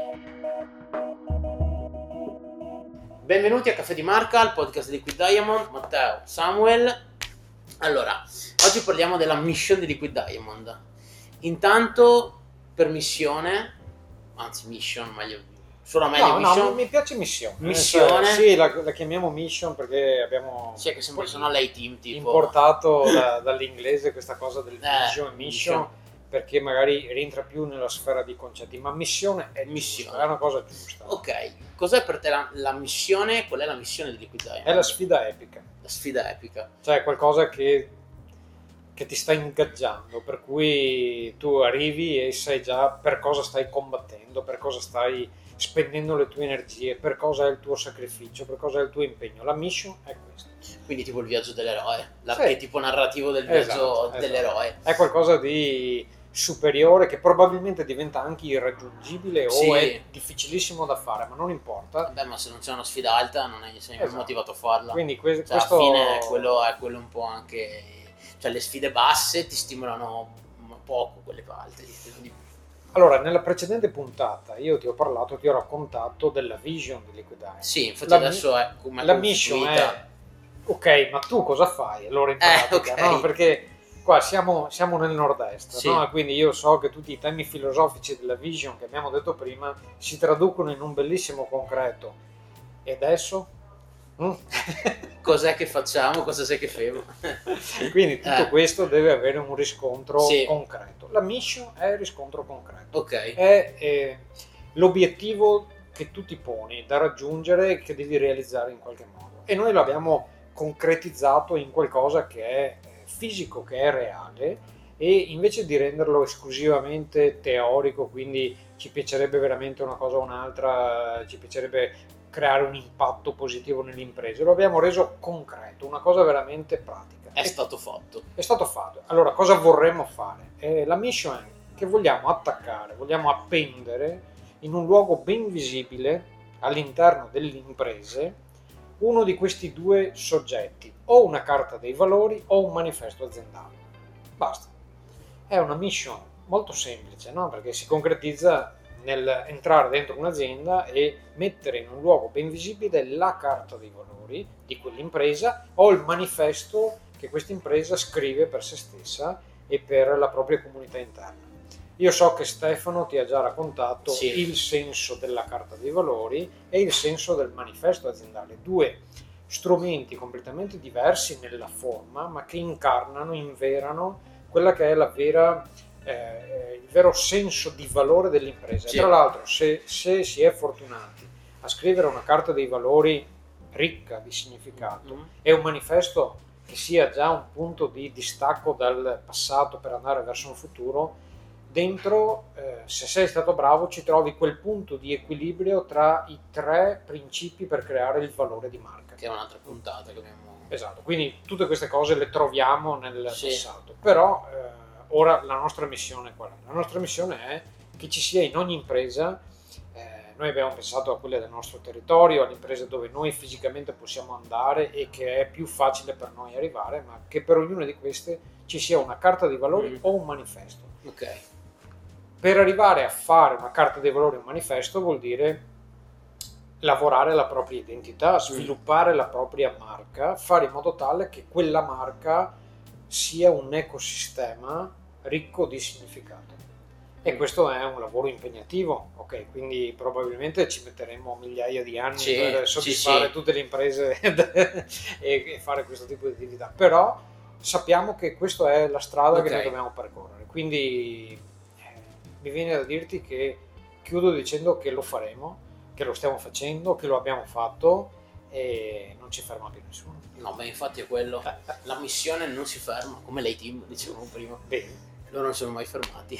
Benvenuti a Caffè di Marca, il podcast di Liquid Diamond, Matteo, Samuel. Allora, oggi parliamo della mission di Liquid Diamond. Intanto, per mission, meglio, solo meglio mission. No, mi piace missione. Missione. Sì, la chiamiamo mission perché abbiamo Sì, che sembra sono lei team, tipo. Importato dall'inglese questa cosa del vision e mission, mission. perché magari rientra più nella sfera di concetti, ma missione è Missione. giusta, è una cosa giusta. Ok, cos'è per te la missione? Qual è la missione di Liquid Diamond? È la sfida epica. La sfida epica. Cioè qualcosa che ti sta ingaggiando, per cui tu arrivi e sai già per cosa stai combattendo, per cosa stai spendendo le tue energie, per cosa è il tuo sacrificio, per cosa è il tuo impegno. La mission è questa. Quindi tipo il viaggio dell'eroe, l'archetipo narrativo del viaggio Esatto. dell'eroe. È qualcosa di superiore che probabilmente diventa anche irraggiungibile o è difficilissimo da fare, ma non importa. Vabbè, ma se non c'è una sfida alta non sei motivato a farla. Quindi cioè, questo alla fine quello è un po' anche, cioè le sfide basse ti stimolano poco, quelle alte. Allora, nella precedente puntata io ti ho raccontato della vision di Liquid Diamond. Sì, infatti adesso è come la mission è ok, ma tu cosa fai allora in pratica? Okay. No? Perché qua siamo nel nord-est, sì. no? Quindi io so che tutti i temi filosofici della vision che abbiamo detto prima si traducono in un bellissimo concreto. E adesso? Cos'è che facciamo? Cosa sei che femo? Quindi tutto questo deve avere un riscontro sì. concreto. La mission è il riscontro concreto. Ok. È l'obiettivo che tu ti poni da raggiungere e che devi realizzare in qualche modo. E noi l'abbiamo concretizzato in qualcosa che è fisico, che è reale, e invece di renderlo esclusivamente teorico, quindi ci piacerebbe veramente una cosa o un'altra, ci piacerebbe creare un impatto positivo nelle imprese, lo abbiamo reso concreto, una cosa veramente pratica. È stato fatto. È stato fatto. Allora, cosa vorremmo fare? La mission è che vogliamo attaccare, vogliamo appendere in un luogo ben visibile all'interno delle imprese uno di questi due soggetti, o una carta dei valori o un manifesto aziendale. Basta. È una mission molto semplice, no? Perché si concretizza nel entrare dentro un'azienda e mettere in un luogo ben visibile la carta dei valori di quell'impresa o il manifesto che questa impresa scrive per se stessa e per la propria comunità interna. Io so che Stefano ti ha già raccontato il senso della carta dei valori e il senso del manifesto aziendale, due strumenti completamente diversi nella forma, ma che incarnano, inverano quella che è la vera, il vero senso di valore dell'impresa. Tra l'altro, se si è fortunati a scrivere una carta dei valori ricca di significato e un manifesto che sia già un punto di distacco dal passato per andare verso un futuro, dentro, se sei stato bravo, ci trovi quel punto di equilibrio tra i tre principi per creare il valore di marca. Che è un'altra puntata che abbiamo... Esatto, quindi tutte queste cose le troviamo nel passato. Però ora la nostra missione qual è? La nostra missione è che ci sia in ogni impresa, noi abbiamo pensato a quelle del nostro territorio, alle imprese dove noi fisicamente possiamo andare e che è più facile per noi arrivare, ma che per ognuna di queste ci sia una carta dei valori o un manifesto. Ok. Per arrivare a fare una carta dei valori o un manifesto vuol dire lavorare la propria identità, sviluppare la propria marca, fare in modo tale che quella marca sia un ecosistema ricco di significato. E questo è un lavoro impegnativo, ok? Quindi probabilmente ci metteremo migliaia di anni per soddisfare tutte le imprese e fare questo tipo di attività. Però sappiamo che questa è la strada che noi dobbiamo percorrere. Quindi mi viene da dirti che chiudo dicendo che lo faremo, che lo stiamo facendo, che lo abbiamo fatto e non ci ferma più nessuno. No, beh, infatti è quello. La missione non si ferma, come lei team, dicevamo prima. Bene. Loro non sono mai fermati.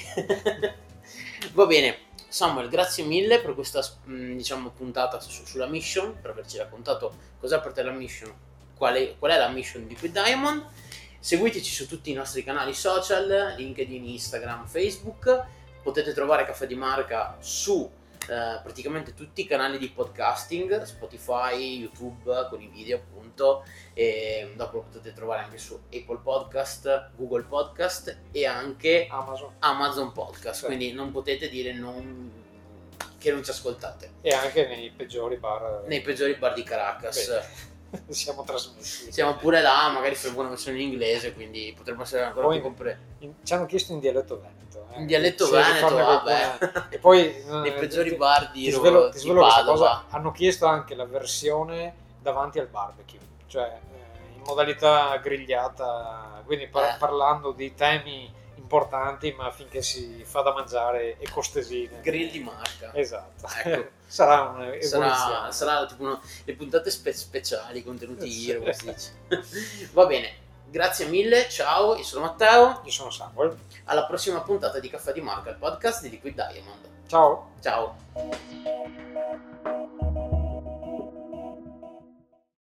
Va bene, Samuel, grazie mille per questa puntata sulla mission, per averci raccontato cos'è per te la mission, qual è la mission di Liquid Diamond. Seguiteci su tutti i nostri canali social, LinkedIn, Instagram, Facebook. Potete trovare Caffè di Marca su praticamente tutti i canali di podcasting, Spotify, YouTube con i video appunto, e dopo lo potete trovare anche su Apple Podcast, Google Podcast e anche Amazon Podcast, quindi non potete dire non che non ci ascoltate. E anche nei peggiori bar. Nei peggiori bar di Caracas. Bene. Siamo trasmessi. Siamo pure là, magari faremo una versione in inglese, quindi potremmo essere ancora Poi più compre. Ci hanno chiesto in dialetto veneto. In dialetto Se veneto, farne vabbè. qualcuna. E poi Nei peggiori bar di ti svelo di questa Padova. cosa. Hanno chiesto anche la versione davanti al barbecue, cioè in modalità grigliata, quindi parlando di temi importanti, ma finché si fa da mangiare e costesine. Grill di marca. Esatto. Ecco. Sarà un'evoluzione. Sarà tipo le puntate speciali, contenuti Sì. hero, si dice. Va bene, grazie mille, ciao, io sono Matteo. Io sono Samuel. Alla prossima puntata di Caffè di Marca, il podcast di Liquid Diamond. Ciao. Ciao.